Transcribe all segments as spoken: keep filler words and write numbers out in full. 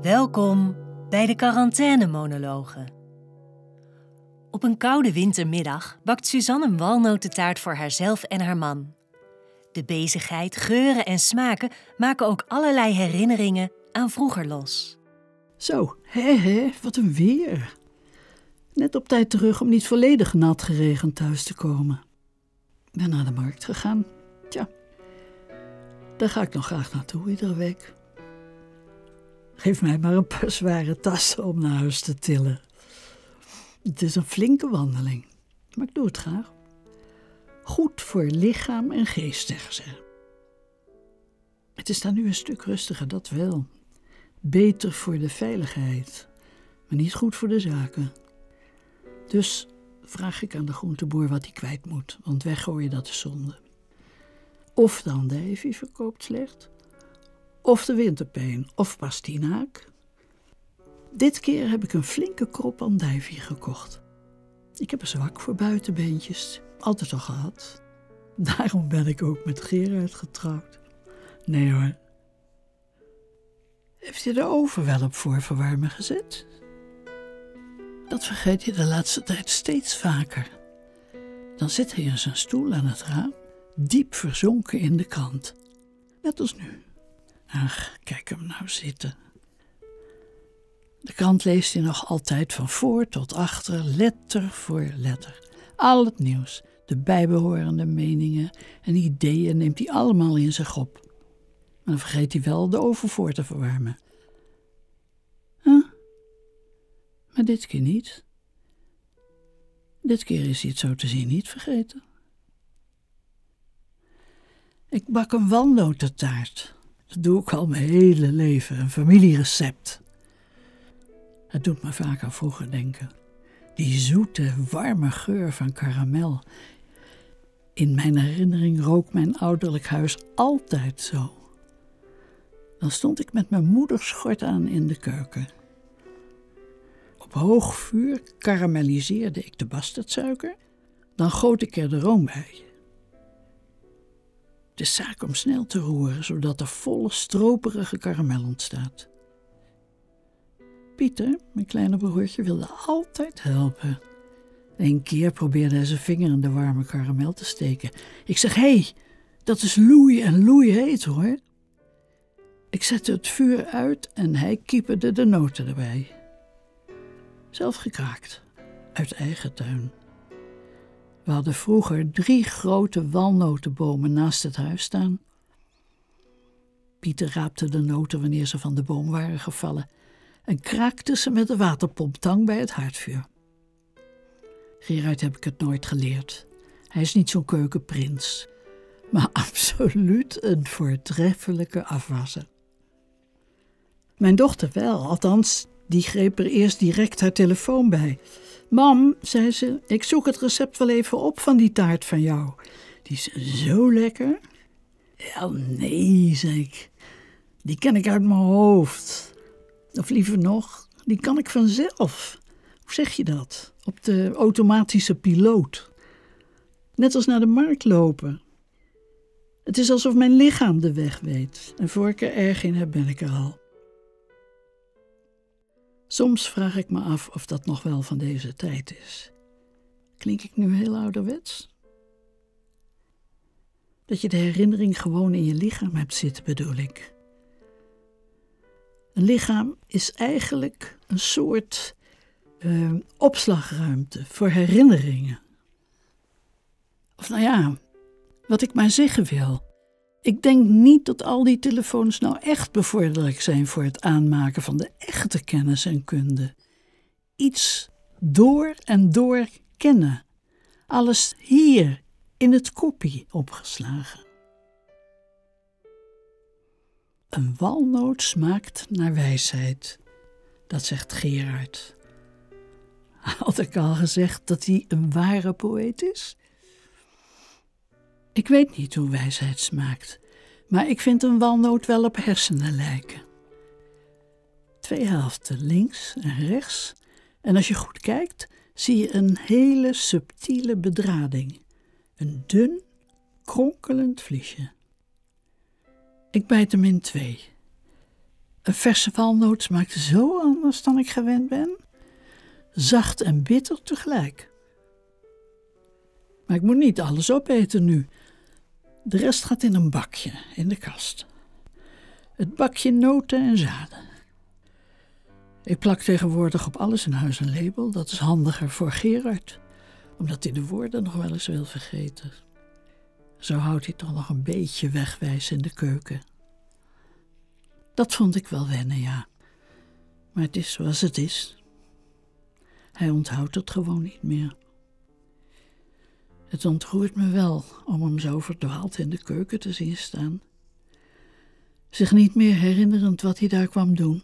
Welkom bij de quarantainemonologen. Op een koude wintermiddag bakt Suzanne een walnotentaart voor haarzelf en haar man. De bezigheid, geuren en smaken maken ook allerlei herinneringen aan vroeger los. Zo, hé hé, wat een weer. Net op tijd terug om niet volledig nat geregend thuis te komen. Ik ben naar de markt gegaan. Tja, daar ga ik nog graag naartoe iedere week. Geef mij maar een paar zware tassen om naar huis te tillen. Het is een flinke wandeling, maar ik doe het graag. Goed voor lichaam en geest, zeggen ze. Het is daar nu een stuk rustiger, dat wel. Beter voor de veiligheid, maar niet goed voor de zaken. Dus vraag ik aan de groenteboer wat hij kwijt moet, want weggooien dat is zonde. Of de andijvie verkoopt slecht, of de winterpeen, of pastinaak. Dit keer heb ik een flinke krop andijvie gekocht. Ik heb een zwak voor buitenbeentjes, altijd al gehad. Daarom ben ik ook met Gerard getrouwd. Nee hoor. Heeft je de oven wel op voorverwarmen gezet? Dat vergeet je de laatste tijd steeds vaker. Dan zit hij in zijn stoel aan het raam, diep verzonken in de krant. Net als nu. Ach, kijk hem nou zitten. De krant leest hij nog altijd van voor tot achter, letter voor letter. Al het nieuws, de bijbehorende meningen en ideeën neemt hij allemaal in zich op. Maar dan vergeet hij wel de oven voor te verwarmen. Huh? Maar dit keer niet. Dit keer is hij het zo te zien niet vergeten. Ik bak een walnotentaart. Dat doe ik al mijn hele leven, een familierecept. Het doet me vaak aan vroeger denken. Die zoete, warme geur van karamel. In mijn herinnering rook mijn ouderlijk huis altijd zo. Dan stond ik met mijn moeders schort aan in de keuken. Op hoog vuur karamelliseerde ik de bastardsuiker, dan goot ik er de room bij. Het is zaak om snel te roeren, zodat er volle, stroperige karamel ontstaat. Pieter, mijn kleine broertje, wilde altijd helpen. Eén keer probeerde hij zijn vinger in de warme karamel te steken. Ik zeg, hé, hey, dat is loei en loei heet hoor. Ik zette het vuur uit en hij kieperde de noten erbij. Zelf gekraakt, uit eigen tuin. We hadden vroeger drie grote walnotenbomen naast het huis staan. Pieter raapte de noten wanneer ze van de boom waren gevallen en kraakte ze met de waterpomptang bij het haardvuur. Gerard heb ik het nooit geleerd. Hij is niet zo'n keukenprins, maar absoluut een voortreffelijke afwasser. Mijn dochter wel, althans, die greep er eerst direct haar telefoon bij. Mam, zei ze, ik zoek het recept wel even op van die taart van jou. Die is zo lekker. Ja, nee, zei ik. Die ken ik uit mijn hoofd. Of liever nog, die kan ik vanzelf. Hoe zeg je dat? Op de automatische piloot. Net als naar de markt lopen. Het is alsof mijn lichaam de weg weet. En voor ik er erg in heb, ben ik er al. Soms vraag ik me af of dat nog wel van deze tijd is. Klink ik nu heel ouderwets? Dat je de herinnering gewoon in je lichaam hebt zitten, bedoel ik. Een lichaam is eigenlijk een soort uh, opslagruimte voor herinneringen. Of nou ja, wat ik maar zeggen wil. Ik denk niet dat al die telefoons nou echt bevorderlijk zijn voor het aanmaken van de echte kennis en kunde. Iets door en door kennen. Alles hier in het koppie opgeslagen. Een walnoot smaakt naar wijsheid, dat zegt Gerard. Had ik al gezegd dat hij een ware poëet is? Ik weet niet hoe wijsheid smaakt, maar ik vind een walnoot wel op hersenen lijken. Twee helften, links en rechts, en als je goed kijkt, zie je een hele subtiele bedrading. Een dun, kronkelend vliesje. Ik bijt hem in twee. Een verse walnoot smaakt zo anders dan ik gewend ben. Zacht en bitter tegelijk. Maar ik moet niet alles opeten nu. De rest gaat in een bakje in de kast. Het bakje noten en zaden. Ik plak tegenwoordig op alles in huis een label. Dat is handiger voor Gerard, omdat hij de woorden nog wel eens wil vergeten. Zo houdt hij toch nog een beetje wegwijs in de keuken. Dat vond ik wel wennen, ja. Maar het is zoals het is. Hij onthoudt het gewoon niet meer. Het ontroert me wel om hem zo verdwaald in de keuken te zien staan. Zich niet meer herinnerend wat hij daar kwam doen.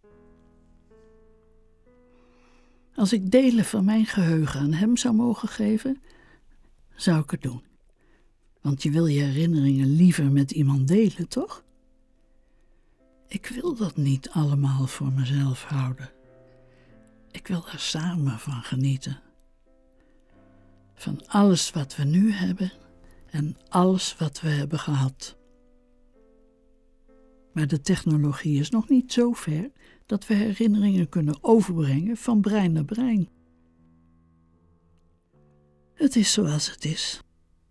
Als ik delen van mijn geheugen aan hem zou mogen geven, zou ik het doen. Want je wil je herinneringen liever met iemand delen, toch? Ik wil dat niet allemaal voor mezelf houden. Ik wil er samen van genieten. Van alles wat we nu hebben en alles wat we hebben gehad. Maar de technologie is nog niet zo ver dat we herinneringen kunnen overbrengen van brein naar brein. Het is zoals het is.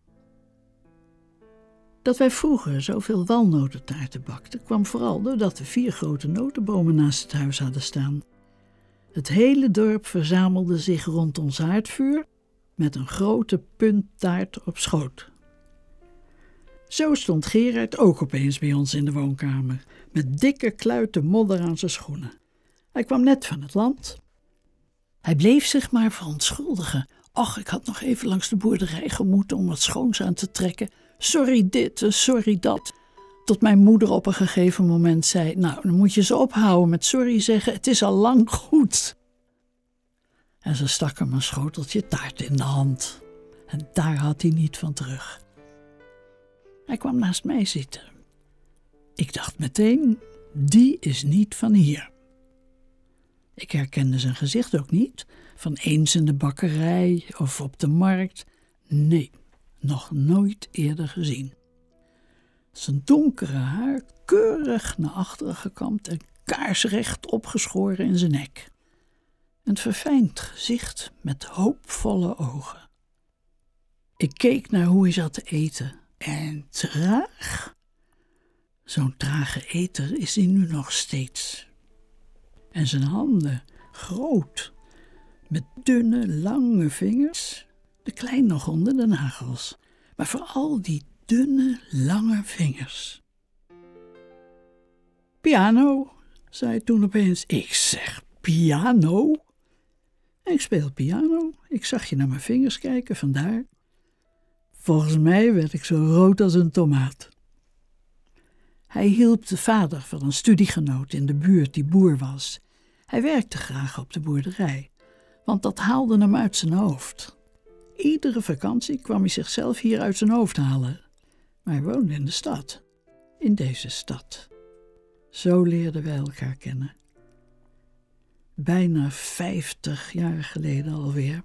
Dat wij vroeger zoveel walnotentaarten bakten, kwam vooral doordat we vier grote notenbomen naast het huis hadden staan. Het hele dorp verzamelde zich rond ons haardvuur met een grote punttaart op schoot. Zo stond Gerard ook opeens bij ons in de woonkamer, met dikke kluiten modder aan zijn schoenen. Hij kwam net van het land. Hij bleef zich maar verontschuldigen. Och, ik had nog even langs de boerderij gemoeten om wat schoons aan te trekken. Sorry dit, sorry dat. Tot mijn moeder op een gegeven moment zei, nou, dan moet je ze ophouden met sorry zeggen, het is al lang goed. En ze stak hem een schoteltje taart in de hand. En daar had hij niet van terug. Hij kwam naast mij zitten. Ik dacht meteen, die is niet van hier. Ik herkende zijn gezicht ook niet, van eens in de bakkerij of op de markt. Nee, nog nooit eerder gezien. Zijn donkere haar keurig naar achteren gekamd en kaarsrecht opgeschoren in zijn nek. Een verfijnd gezicht met hoopvolle ogen. Ik keek naar hoe hij zat te eten. En traag? Zo'n trage eter is hij nu nog steeds. En zijn handen, groot, met dunne, lange vingers, de klein nog onder de nagels, maar vooral die dunne, lange vingers. Piano, zei hij toen opeens. Ik zeg, piano? Ik speel piano. Ik zag je naar mijn vingers kijken, vandaar. Volgens mij werd ik zo rood als een tomaat. Hij hielp de vader van een studiegenoot in de buurt die boer was. Hij werkte graag op de boerderij, want dat haalde hem uit zijn hoofd. Iedere vakantie kwam hij zichzelf hier uit zijn hoofd halen. Maar hij woonde in de stad, in deze stad. Zo leerden wij elkaar kennen. Bijna vijftig jaar geleden alweer.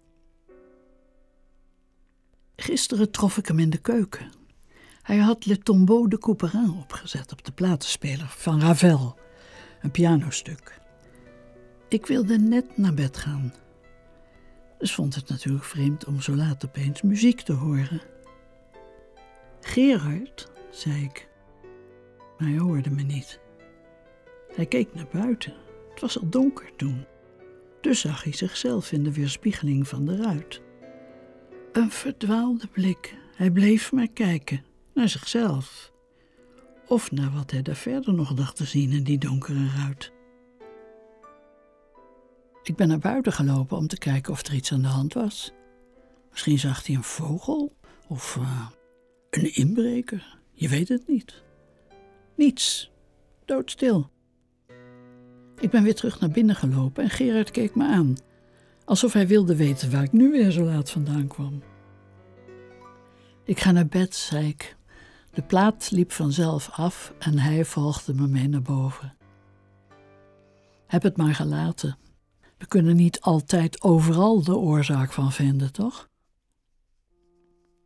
Gisteren trof ik hem in de keuken. Hij had Le Tombeau de Couperin opgezet op de platenspeler van Ravel, een pianostuk. Ik wilde net naar bed gaan. Dus vond het natuurlijk vreemd om zo laat opeens muziek te horen. Gerard, zei ik. Maar hij hoorde me niet. Hij keek naar buiten. Het was al donker toen. Dus zag hij zichzelf in de weerspiegeling van de ruit. Een verdwaalde blik. Hij bleef maar kijken. Naar zichzelf. Of naar wat hij daar verder nog dacht te zien in die donkere ruit. Ik ben naar buiten gelopen om te kijken of er iets aan de hand was. Misschien zag hij een vogel of uh, een inbreker. Je weet het niet. Niets. Doodstil. Ik ben weer terug naar binnen gelopen en Gerard keek me aan. Alsof hij wilde weten waar ik nu weer zo laat vandaan kwam. Ik ga naar bed, zei ik. De plaat liep vanzelf af en hij volgde me mee naar boven. Heb het maar gelaten. We kunnen niet altijd overal de oorzaak van vinden, toch?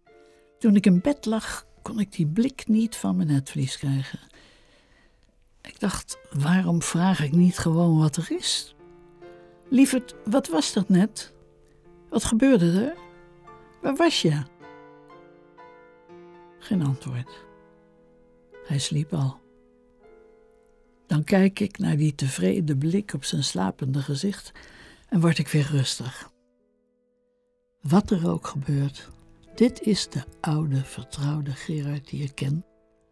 Toen ik in bed lag, kon ik die blik niet van mijn netvlies krijgen. Ik Ik dacht, waarom vraag ik niet gewoon wat er is? Lieverd, wat was dat net? Wat gebeurde er? Waar was je? Geen antwoord. Hij sliep al. Dan kijk ik naar die tevreden blik op zijn slapende gezicht en word ik weer rustig. Wat er ook gebeurt, dit is de oude, vertrouwde Gerard die ik ken.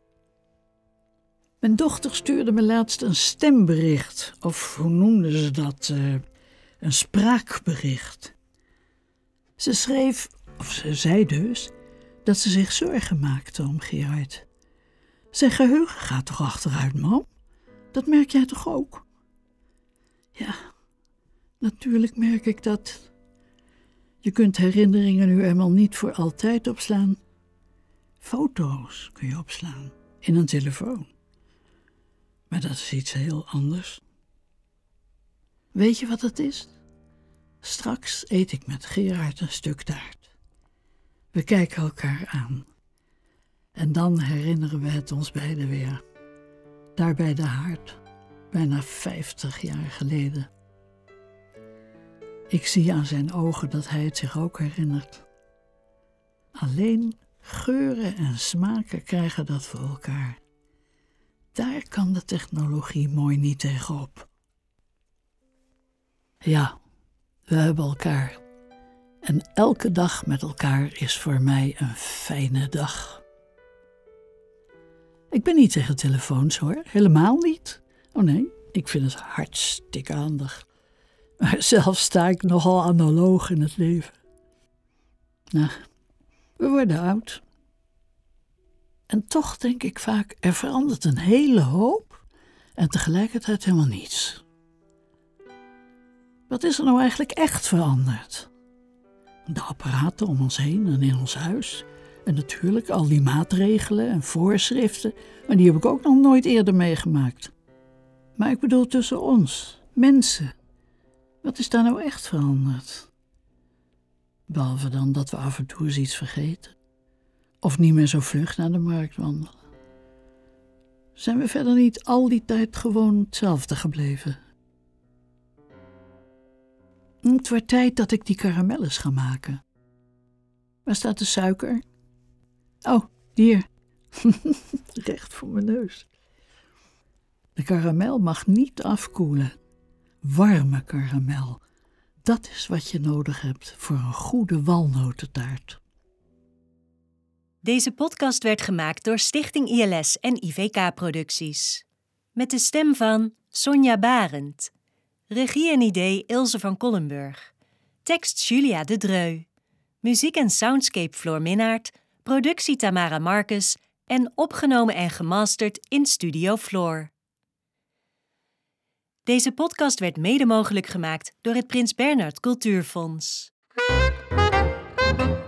Mijn dochter stuurde me laatst een stembericht, of hoe noemden ze dat, uh, een spraakbericht. Ze schreef, of ze zei dus, dat ze zich zorgen maakte om Gerard. Zijn geheugen gaat toch achteruit, mam? Dat merk jij toch ook? Ja, natuurlijk merk ik dat. Je kunt herinneringen nu eenmaal niet voor altijd opslaan. Foto's kun je opslaan, in een telefoon. Maar dat is iets heel anders. Weet je wat het is? Straks eet ik met Gerard een stuk taart. We kijken elkaar aan. En dan herinneren we het ons beiden weer. Daar bij de haard, bijna vijftig jaar geleden. Ik zie aan zijn ogen dat hij het zich ook herinnert. Alleen geuren en smaken krijgen dat voor elkaar. Daar kan de technologie mooi niet tegenop. Ja, we hebben elkaar. En elke dag met elkaar is voor mij een fijne dag. Ik ben niet tegen telefoons hoor, helemaal niet. Oh nee, ik vind het hartstikke handig. Maar zelf sta ik nogal analoog in het leven. Nou, we worden oud. En toch denk ik vaak, er verandert een hele hoop en tegelijkertijd helemaal niets. Wat is er nou eigenlijk echt veranderd? De apparaten om ons heen en in ons huis. En natuurlijk al die maatregelen en voorschriften, maar die heb ik ook nog nooit eerder meegemaakt. Maar ik bedoel tussen ons, mensen. Wat is daar nou echt veranderd? Behalve dan dat we af en toe eens iets vergeten. Of niet meer zo vlug naar de markt wandelen. Zijn we verder niet al die tijd gewoon hetzelfde gebleven? Het wordt tijd dat ik die karamelles ga maken. Waar staat de suiker? Oh, hier. Recht voor mijn neus. De karamel mag niet afkoelen. Warme karamel. Dat is wat je nodig hebt voor een goede walnotentaart. Deze podcast werd gemaakt door Stichting I L S en I V K-producties. Met de stem van Sonja Barend. Regie en idee Ilse van Kollenburg. Tekst Julia de Dreu. Muziek en soundscape Floor Minnaert. Productie Tamara Marcus. En opgenomen en gemasterd in Studio Floor. Deze podcast werd mede mogelijk gemaakt door het Prins Bernhard Cultuurfonds.